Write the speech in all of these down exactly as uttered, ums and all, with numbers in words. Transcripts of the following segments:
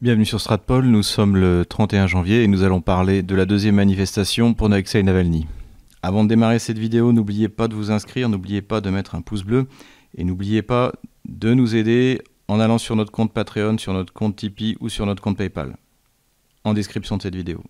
Bienvenue sur Stratpol, nous sommes le trente et un janvier et nous allons parler de la deuxième manifestation pour Alexeï Navalny. Avant de démarrer cette vidéo, n'oubliez pas de vous inscrire, n'oubliez pas de mettre un pouce bleu et n'oubliez pas de nous aider en allant sur notre compte Patreon, sur notre compte Tipeee ou sur notre compte PayPal, en description de cette vidéo.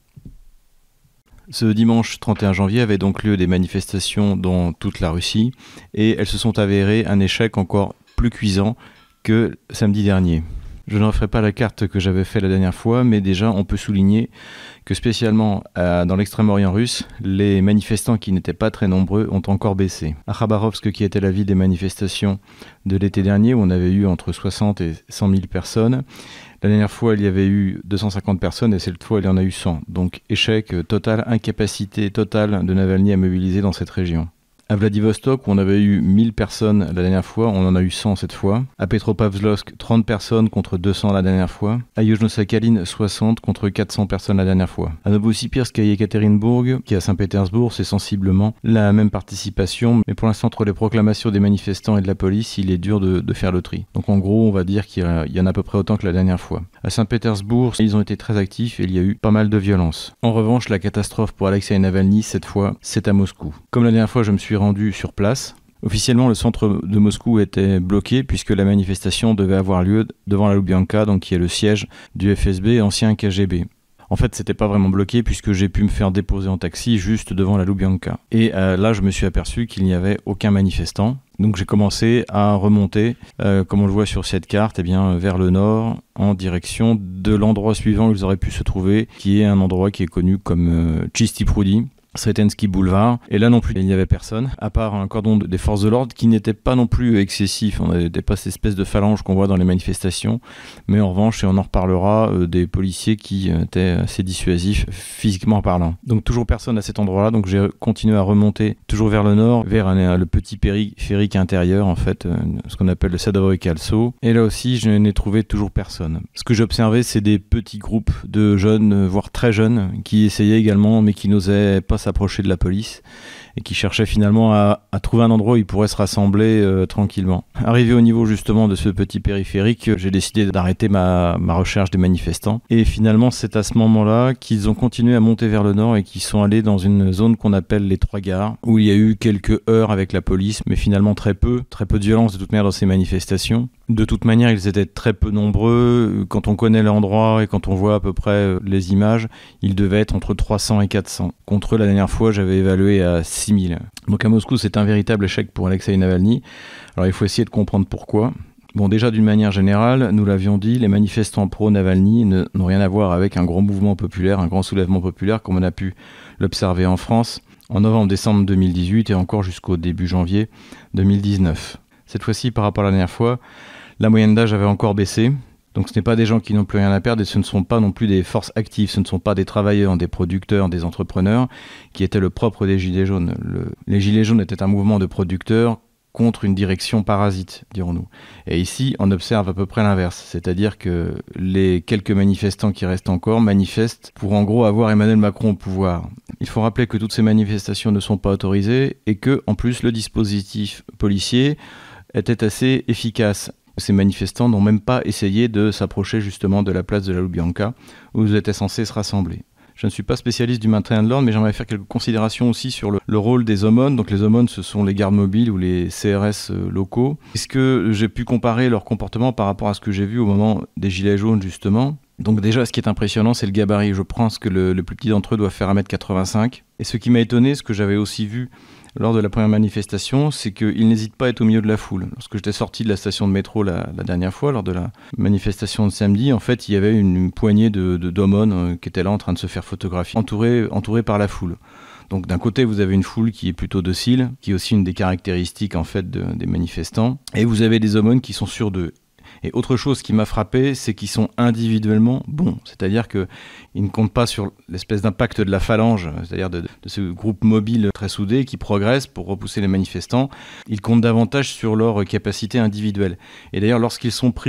Ce dimanche trente et un janvier avait donc lieu des manifestations dans toute la Russie et elles se sont avérées un échec encore plus cuisant que samedi dernier. Je ne referai pas la carte que j'avais fait la dernière fois, mais déjà on peut souligner que spécialement euh, dans l'extrême-orient russe, les manifestants qui n'étaient pas très nombreux ont encore baissé. À Khabarovsk, qui était la ville des manifestations de l'été dernier, où on avait eu entre soixante et cent mille personnes, la dernière fois il y avait eu deux cent cinquante personnes et cette fois il y en a eu cent. Donc échec total, incapacité totale de Navalny à mobiliser dans cette région. À Vladivostok, où on avait eu mille personnes la dernière fois, on en a eu cent cette fois. À Petropavlovsk, trente personnes contre deux cents la dernière fois. À Yuzhno-Sakhaline, soixante contre quatre cents personnes la dernière fois. À Novosibirsk et Ekaterinbourg, qui est à Saint-Pétersbourg, c'est sensiblement la même participation. Mais pour l'instant, entre les proclamations des manifestants et de la police, il est dur de, de faire le tri. Donc en gros, on va dire qu'il y, a, il y en a à peu près autant que la dernière fois. À Saint-Pétersbourg, ils ont été très actifs et il y a eu pas mal de violence. En revanche, la catastrophe pour Alexeï Navalny, cette fois, c'est à Moscou. Comme la dernière fois, je me suis rendu sur place. Officiellement, le centre de Moscou était bloqué puisque la manifestation devait avoir lieu devant la Loubianka, donc qui est le siège du F S B, ancien K G B. En fait, c'était pas vraiment bloqué puisque j'ai pu me faire déposer en taxi juste devant la Loubianka. Et euh, là, je me suis aperçu qu'il n'y avait aucun manifestant. Donc j'ai commencé à remonter, euh, comme on le voit sur cette carte, eh bien, vers le nord, en direction de l'endroit suivant où ils auraient pu se trouver, qui est un endroit qui est connu comme euh, Tchisty Proudy. Sretensky Boulevard, et là non plus il n'y avait personne, à part un cordon de, des forces de l'ordre qui n'était pas non plus excessif, on n'avait pas cette espèce de phalange qu'on voit dans les manifestations, mais en revanche, et on en reparlera, euh, des policiers qui euh, étaient assez dissuasifs physiquement parlant. Donc toujours personne à cet endroit-là, donc j'ai continué à remonter toujours vers le nord, vers un, le petit périphérique intérieur en fait, euh, ce qu'on appelle le Sadovoy Kalso, et là aussi je n'ai trouvé toujours personne. Ce que j'ai observé, c'est des petits groupes de jeunes, voire très jeunes, qui essayaient également, mais qui n'osaient pas s'approcher de la police et qui cherchait finalement à, à trouver un endroit où ils pourraient se rassembler euh, tranquillement. Arrivé au niveau justement de ce petit périphérique, j'ai décidé d'arrêter ma, ma recherche des manifestants et finalement c'est à ce moment-là qu'ils ont continué à monter vers le nord et qu'ils sont allés dans une zone qu'on appelle les Trois Gares où il y a eu quelques heurts avec la police mais finalement très peu, très peu de violence de toute manière dans ces manifestations. De toute manière, ils étaient très peu nombreux. Quand on connaît l'endroit et quand on voit à peu près les images, ils devaient être entre trois cents et quatre cents. Contre la dernière fois, j'avais évalué à six mille. Donc à Moscou, c'est un véritable échec pour Alexeï Navalny. Alors il faut essayer de comprendre pourquoi. Bon, déjà d'une manière générale, nous l'avions dit, les manifestants pro-Navalny ne, n'ont rien à voir avec un grand mouvement populaire, un grand soulèvement populaire, comme on a pu l'observer en France en novembre-décembre deux mille dix-huit et encore jusqu'au début janvier deux mille dix-neuf. Cette fois-ci, par rapport à la dernière fois, la moyenne d'âge avait encore baissé, donc ce n'est pas des gens qui n'ont plus rien à perdre et ce ne sont pas non plus des forces actives, ce ne sont pas des travailleurs, des producteurs, des entrepreneurs qui étaient le propre des Gilets jaunes. Le... Les Gilets jaunes étaient un mouvement de producteurs contre une direction parasite, dirons-nous. Et ici, on observe à peu près l'inverse, c'est-à-dire que les quelques manifestants qui restent encore manifestent pour en gros avoir Emmanuel Macron au pouvoir. Il faut rappeler que toutes ces manifestations ne sont pas autorisées et que, en plus, le dispositif policier était assez efficace. Ces manifestants n'ont même pas essayé de s'approcher justement de la place de la Loubianka où ils étaient censés se rassembler. Je ne suis pas spécialiste du maintien de l'ordre, mais j'aimerais faire quelques considérations aussi sur le, le rôle des aumônes. Donc les aumônes, ce sont les gardes mobiles ou les C R S locaux. Est-ce que j'ai pu comparer leur comportement par rapport à ce que j'ai vu au moment des Gilets jaunes justement ? Donc déjà, ce qui est impressionnant, c'est le gabarit. Je pense que le, le plus petit d'entre eux doit faire un mètre quatre-vingt-cinq. Et ce qui m'a étonné, ce que j'avais aussi vu lors de la première manifestation, c'est qu'il n'hésite pas à être au milieu de la foule. Lorsque j'étais sorti de la station de métro la, la dernière fois, lors de la manifestation de samedi, en fait, il y avait une, une poignée de, de, d'aumônes euh, qui étaient là en train de se faire photographier, entourés entourés par la foule. Donc d'un côté, vous avez une foule qui est plutôt docile, qui est aussi une des caractéristiques en fait de, des manifestants, et vous avez des aumônes qui sont sûrs d'eux. Et autre chose qui m'a frappé, c'est qu'ils sont individuellement bons. C'est-à-dire qu'ils ne comptent pas sur l'espèce d'impact de la phalange, c'est-à-dire de, de ce groupe mobile très soudé qui progresse pour repousser les manifestants. Ils comptent davantage sur leur capacité individuelle. Et d'ailleurs, lorsqu'ils sont pris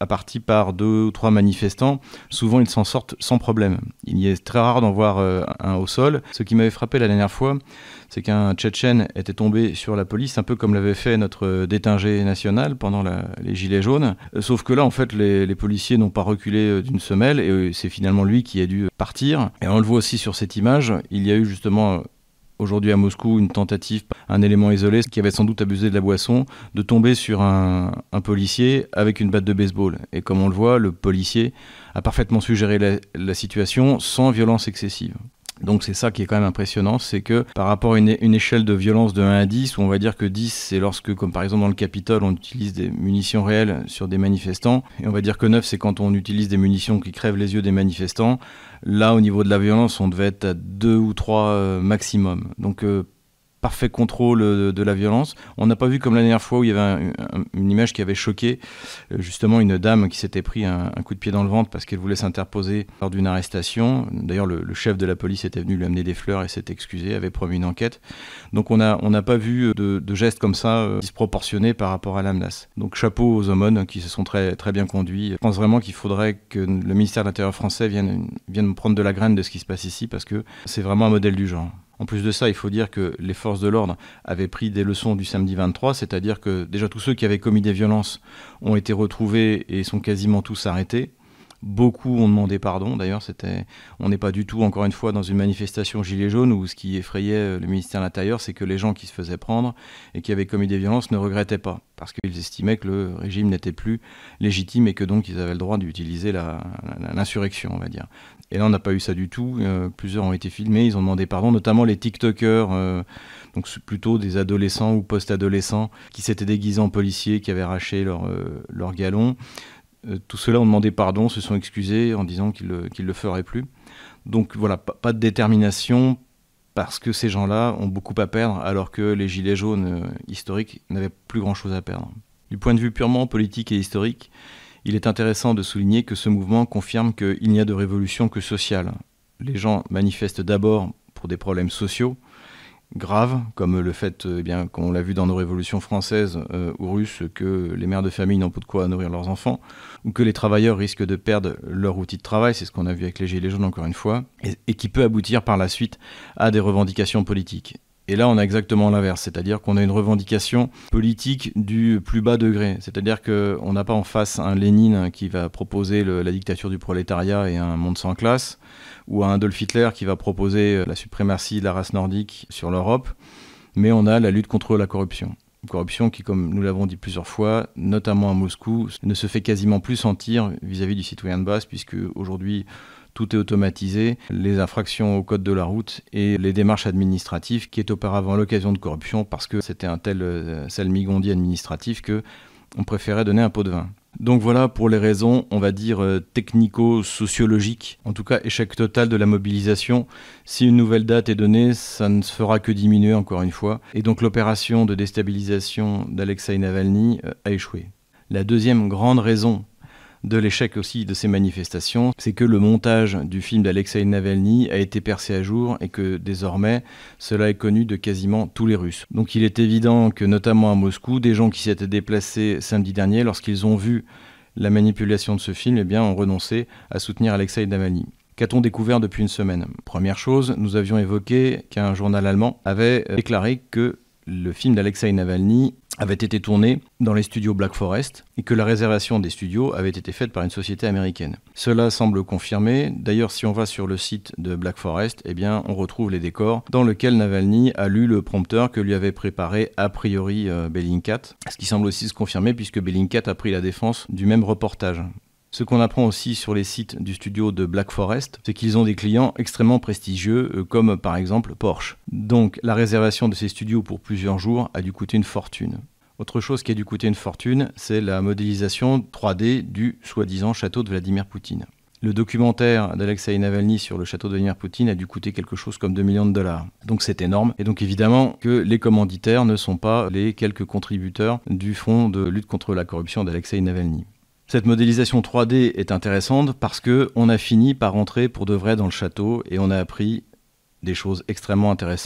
à partie par deux ou trois manifestants, souvent ils s'en sortent sans problème. Il est très rare d'en voir euh, un au sol. Ce qui m'avait frappé la dernière fois, c'est qu'un Tchétchène était tombé sur la police, un peu comme l'avait fait notre détingé national pendant la, les Gilets jaunes. Euh, sauf que là, en fait, les, les policiers n'ont pas reculé d'une semelle et euh, c'est finalement lui qui a dû partir. Et on le voit aussi sur cette image, il y a eu justement... Aujourd'hui à Moscou, une tentative, un élément isolé qui avait sans doute abusé de la boisson, de tomber sur un, un policier avec une batte de baseball. Et comme on le voit, le policier a parfaitement su gérer la, la situation sans violence excessive. Donc c'est ça qui est quand même impressionnant, c'est que par rapport à une, une échelle de violence de un à dix, où on va dire que dix c'est lorsque, comme par exemple dans le Capitole, on utilise des munitions réelles sur des manifestants, et on va dire que neuf c'est quand on utilise des munitions qui crèvent les yeux des manifestants. Là au niveau de la violence on devait être à deux ou trois euh, maximum. Donc euh, parfait contrôle de, de la violence. On n'a pas vu comme la dernière fois où il y avait un, un, une image qui avait choqué, justement une dame qui s'était pris un, un coup de pied dans le ventre parce qu'elle voulait s'interposer lors d'une arrestation. D'ailleurs, le, le chef de la police était venu lui amener des fleurs et s'est excusé, avait promis une enquête. Donc on n'a on n'a pas vu de, de gestes comme ça euh, disproportionnés par rapport à la menace. Donc chapeau aux aumônes qui se sont très, très bien conduits. Je pense vraiment qu'il faudrait que le ministère de l'Intérieur français vienne, vienne prendre de la graine de ce qui se passe ici parce que c'est vraiment un modèle du genre. En plus de ça, il faut dire que les forces de l'ordre avaient pris des leçons du samedi vingt-trois, c'est-à-dire que déjà tous ceux qui avaient commis des violences ont été retrouvés et sont quasiment tous arrêtés. Beaucoup ont demandé pardon, d'ailleurs c'était... on n'est pas du tout, encore une fois, dans une manifestation gilet jaune où ce qui effrayait le ministère de l'Intérieur, c'est que les gens qui se faisaient prendre et qui avaient commis des violences ne regrettaient pas, parce qu'ils estimaient que le régime n'était plus légitime et que donc ils avaient le droit d'utiliser la, la, l'insurrection, on va dire. Et là on n'a pas eu ça du tout, euh, plusieurs ont été filmés, ils ont demandé pardon, notamment les TikTokers, euh, donc plutôt des adolescents ou post-adolescents qui s'étaient déguisés en policiers, qui avaient arraché leur, euh, leur galon. Euh, tout ceux-là ont demandé pardon, se sont excusés en disant qu'ils ne qu'ils le feraient plus. Donc voilà, pas, pas de détermination parce que ces gens-là ont beaucoup à perdre alors que les gilets jaunes euh, historiques n'avaient plus grand-chose à perdre. Du point de vue purement politique et historique, il est intéressant de souligner que ce mouvement confirme qu'il n'y a de révolution que sociale. Les gens manifestent d'abord pour des problèmes sociaux, graves, comme le fait, eh bien, qu'on l'a vu dans nos révolutions françaises euh, ou russes, que les mères de famille n'ont pas de quoi nourrir leurs enfants, ou que les travailleurs risquent de perdre leur outil de travail, c'est ce qu'on a vu avec les Gilets jaunes encore une fois, et, et qui peut aboutir par la suite à des revendications politiques. Et là, on a exactement l'inverse, c'est-à-dire qu'on a une revendication politique du plus bas degré. C'est-à-dire qu'on n'a pas en face un Lénine qui va proposer le, la dictature du prolétariat et un monde sans classe, ou un Adolf Hitler qui va proposer la suprématie de la race nordique sur l'Europe, mais on a la lutte contre la corruption. Une corruption qui, comme nous l'avons dit plusieurs fois, notamment à Moscou, ne se fait quasiment plus sentir vis-à-vis du citoyen de base, puisque aujourd'hui, tout est automatisé, les infractions au code de la route et les démarches administratives qui est auparavant l'occasion de corruption parce que c'était un tel euh, salmigondi administratif qu'on préférait donner un pot de vin. Donc voilà pour les raisons, on va dire, euh, technico-sociologiques. En tout cas, échec total de la mobilisation. Si une nouvelle date est donnée, ça ne se fera que diminuer encore une fois. Et donc l'opération de déstabilisation d'Alexeï Navalny euh, a échoué. La deuxième grande raison de l'échec aussi de ces manifestations, c'est que le montage du film d'Alexeï Navalny a été percé à jour et que désormais, cela est connu de quasiment tous les Russes. Donc il est évident que notamment à Moscou, des gens qui s'étaient déplacés samedi dernier, lorsqu'ils ont vu la manipulation de ce film, eh bien, ont renoncé à soutenir Alexeï Navalny. Qu'a-t-on découvert depuis une semaine ? Première chose, nous avions évoqué qu'un journal allemand avait déclaré que le film d'Alexeï Navalny avait été tourné dans les studios Black Forest et que la réservation des studios avait été faite par une société américaine. Cela semble confirmé. D'ailleurs, si on va sur le site de Black Forest, eh bien, on retrouve les décors dans lesquels Navalny a lu le prompteur que lui avait préparé a priori euh, Bellingcat, ce qui semble aussi se confirmer puisque Bellingcat a pris la défense du même reportage. Ce qu'on apprend aussi sur les sites du studio de Black Forest, c'est qu'ils ont des clients extrêmement prestigieux, euh, comme par exemple Porsche. Donc la réservation de ces studios pour plusieurs jours a dû coûter une fortune. Autre chose qui a dû coûter une fortune, c'est la modélisation trois D du soi-disant château de Vladimir Poutine. Le documentaire d'Alexeï Navalny sur le château de Vladimir Poutine a dû coûter quelque chose comme deux millions de dollars. Donc c'est énorme. Et donc évidemment que les commanditaires ne sont pas les quelques contributeurs du fonds de lutte contre la corruption d'Alexeï Navalny. Cette modélisation trois D est intéressante parce qu'on a fini par entrer pour de vrai dans le château et on a appris des choses extrêmement intéressantes.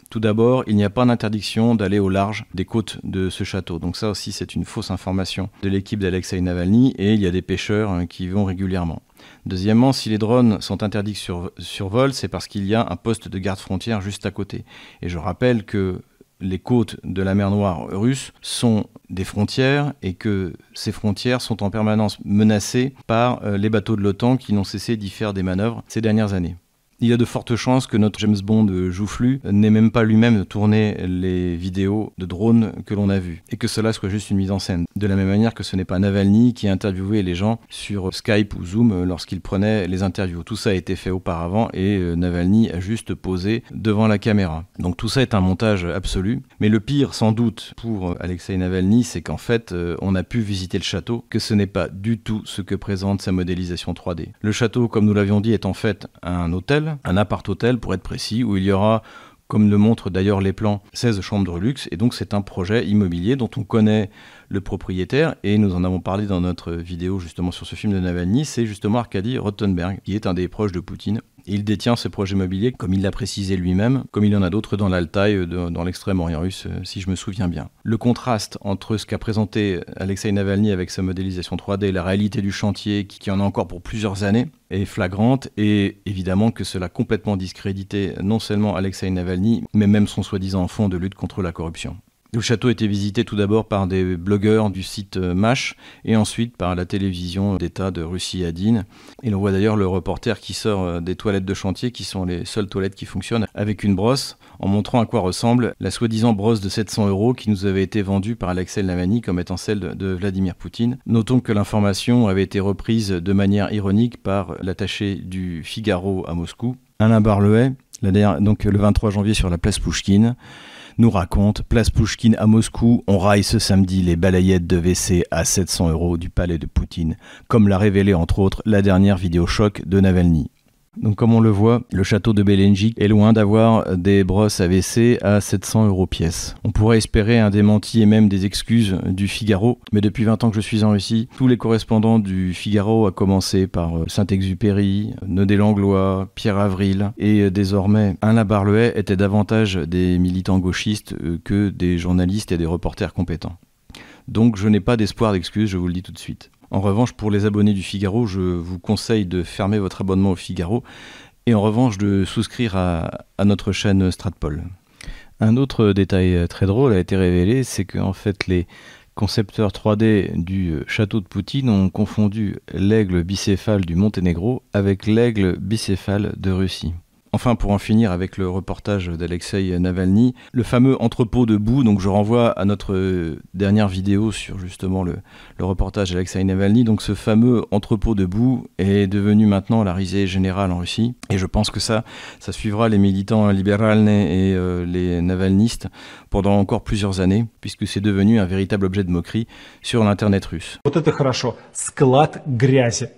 Tout d'abord, il n'y a pas d'interdiction d'aller au large des côtes de ce château. Donc ça aussi, c'est une fausse information de l'équipe d'Alexeï Navalny et il y a des pêcheurs hein, qui y vont régulièrement. Deuxièmement, si les drones sont interdits sur, sur vol, c'est parce qu'il y a un poste de garde-frontière juste à côté. Et je rappelle que les côtes de la mer Noire russe sont des frontières et que ces frontières sont en permanence menacées par euh, les bateaux de l'OTAN qui n'ont cessé d'y faire des manœuvres ces dernières années. Il y a de fortes chances que notre James Bond joufflu n'ait même pas lui-même tourné les vidéos de drones que l'on a vues et que cela soit juste une mise en scène. De la même manière que ce n'est pas Navalny qui a interviewé les gens sur Skype ou Zoom lorsqu'il prenait les interviews. Tout ça a été fait auparavant et Navalny a juste posé devant la caméra. Donc tout ça est un montage absolu. Mais le pire sans doute pour Alexeï Navalny, c'est qu'en fait on a pu visiter le château, que ce n'est pas du tout ce que présente sa modélisation trois D. Le château, comme nous l'avions dit, est en fait un hôtel, un appart-hôtel pour être précis, où il y aura, comme le montrent d'ailleurs les plans, seize chambres de luxe, et donc c'est un projet immobilier dont on connaît le propriétaire, et nous en avons parlé dans notre vidéo justement sur ce film de Navalny, c'est justement Arkady Rotenberg, qui est un des proches de Poutine. Et il détient ce projet immobilier, comme il l'a précisé lui-même, comme il y en a d'autres dans l'Altaï, dans l'extrême-orient russe, si je me souviens bien. Le contraste entre ce qu'a présenté Alexeï Navalny avec sa modélisation trois D et la réalité du chantier, qui en a encore pour plusieurs années, est flagrante, et évidemment que cela a complètement discrédité non seulement Alexeï Navalny, mais même son soi-disant fonds de lutte contre la corruption. Le château était visité tout d'abord par des blogueurs du site MASH et ensuite par la télévision d'État de Russie Adine. Et l'on voit d'ailleurs le reporter qui sort des toilettes de chantier, qui sont les seules toilettes qui fonctionnent, avec une brosse, en montrant à quoi ressemble la soi-disant brosse de sept cents euros qui nous avait été vendue par Alexeï Navalny comme étant celle de Vladimir Poutine. Notons que l'information avait été reprise de manière ironique par l'attaché du Figaro à Moscou, Alain Barleuet, donc le vingt-trois janvier sur la place Pouchkine, nous raconte « Place Pouchkine à Moscou, on raille ce samedi les balayettes de W C à sept cents euros du palais de Poutine », comme l'a révélé entre autres la dernière vidéo choc de Navalny. Donc comme on le voit, le château de Belenjik est loin d'avoir des brosses à W C à sept cents euros pièce. On pourrait espérer un démenti et même des excuses du Figaro, mais depuis vingt ans que je suis en Russie, tous les correspondants du Figaro, à commencer par Saint-Exupéry, Nodé Langlois, Pierre Avril et désormais Alain Barleuet, étaient davantage des militants gauchistes que des journalistes et des reporters compétents. Donc je n'ai pas d'espoir d'excuses, je vous le dis tout de suite. En revanche, pour les abonnés du Figaro, je vous conseille de fermer votre abonnement au Figaro et en revanche de souscrire à, à notre chaîne Stratpol. Un autre détail très drôle a été révélé, c'est qu'en fait les concepteurs trois D du château de Poutine ont confondu l'aigle bicéphale du Monténégro avec l'aigle bicéphale de Russie. Enfin, pour en finir avec le reportage d'Alexeï Navalny, le fameux entrepôt de boue, donc je renvoie à notre dernière vidéo sur justement le, le reportage d'Alexeï Navalny, donc ce fameux entrepôt de boue est devenu maintenant la risée générale en Russie, et je pense que ça, ça suivra les militants libérales et euh, les navalnistes pendant encore plusieurs années, puisque c'est devenu un véritable objet de moquerie sur l'internet russe. Вот это хорошо. Склад грязи.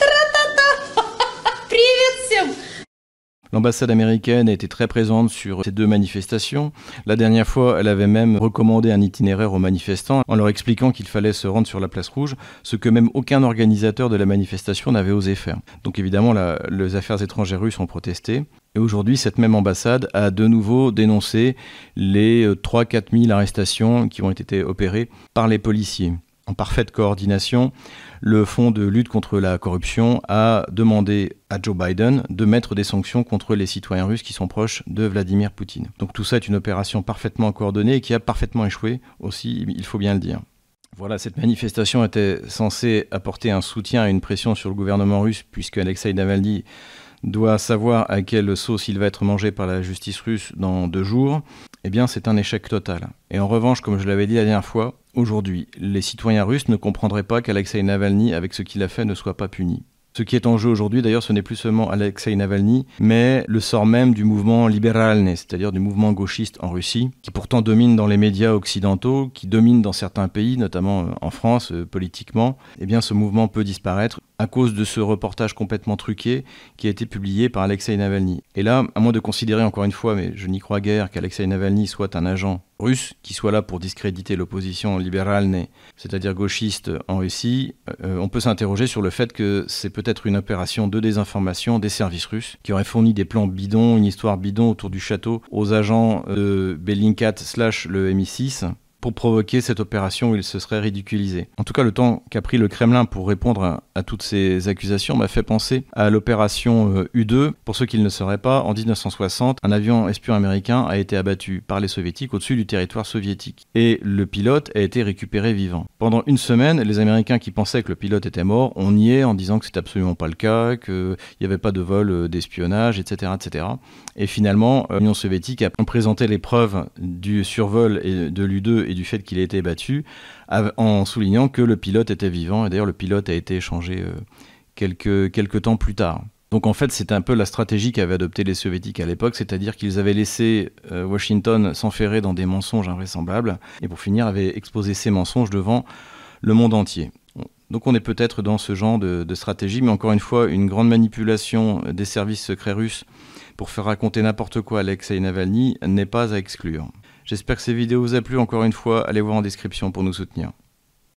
L'ambassade américaine a été très présente sur ces deux manifestations. La dernière fois, elle avait même recommandé un itinéraire aux manifestants en leur expliquant qu'il fallait se rendre sur la place rouge, ce que même aucun organisateur de la manifestation n'avait osé faire. Donc évidemment, la, les affaires étrangères russes ont protesté. Et aujourd'hui, cette même ambassade a de nouveau dénoncé les trois à quatre mille arrestations qui ont été opérées par les policiers. En parfaite coordination, le Fonds de lutte contre la corruption a demandé à Joe Biden de mettre des sanctions contre les citoyens russes qui sont proches de Vladimir Poutine. Donc tout ça est une opération parfaitement coordonnée et qui a parfaitement échoué aussi, il faut bien le dire. Voilà, cette manifestation était censée apporter un soutien et une pression sur le gouvernement russe puisque Alexeï Navalny doit savoir à quelle sauce il va être mangé par la justice russe dans deux jours. Eh bien, c'est un échec total. Et en revanche, comme je l'avais dit la dernière fois, aujourd'hui, les citoyens russes ne comprendraient pas qu'Alexeï Navalny, avec ce qu'il a fait, ne soit pas puni. Ce qui est en jeu aujourd'hui, d'ailleurs, ce n'est plus seulement Alexeï Navalny, mais le sort même du mouvement libéralne, c'est-à-dire du mouvement gauchiste en Russie, qui pourtant domine dans les médias occidentaux, qui domine dans certains pays, notamment en France, euh, politiquement. Eh bien, ce mouvement peut disparaître à cause de ce reportage complètement truqué qui a été publié par Alexeï Navalny. Et là, à moins de considérer encore une fois, mais je n'y crois guère, qu'Alexeï Navalny soit un agent russe qui soit là pour discréditer l'opposition libérale, c'est-à-dire gauchiste en Russie, euh, on peut s'interroger sur le fait que c'est peut-être une opération de désinformation des services russes qui aurait fourni des plans bidons, une histoire bidon autour du château aux agents de Bellingcat slash le M I six pour provoquer cette opération où il se serait ridiculisé. En tout cas, le temps qu'a pris le Kremlin pour répondre à, à toutes ces accusations m'a fait penser à l'opération U deux. Pour ceux qui ne le sauraient pas, en dix-neuf cent soixante, un avion espion américain a été abattu par les soviétiques au-dessus du territoire soviétique. Et le pilote a été récupéré vivant. Pendant une semaine, les Américains qui pensaient que le pilote était mort ont nié en disant que c'était absolument pas le cas, qu'il n'y avait pas de vol d'espionnage, et cetera, et cetera. Et finalement, l'Union soviétique a présenté les preuves du survol et de l'U deux et du fait qu'il ait été battu, en soulignant que le pilote était vivant. Et d'ailleurs, le pilote a été échangé quelques, quelques temps plus tard. Donc en fait, c'est un peu la stratégie qu'avaient adoptée les soviétiques à l'époque, c'est-à-dire qu'ils avaient laissé euh, Washington s'enferrer dans des mensonges invraisemblables, et pour finir, avaient exposé ces mensonges devant le monde entier. Donc on est peut-être dans ce genre de, de stratégie, mais encore une fois, une grande manipulation des services secrets russes pour faire raconter n'importe quoi à Alexeï Navalny n'est pas à exclure. J'espère que ces vidéos vous a plu. Encore une fois, allez voir en description pour nous soutenir.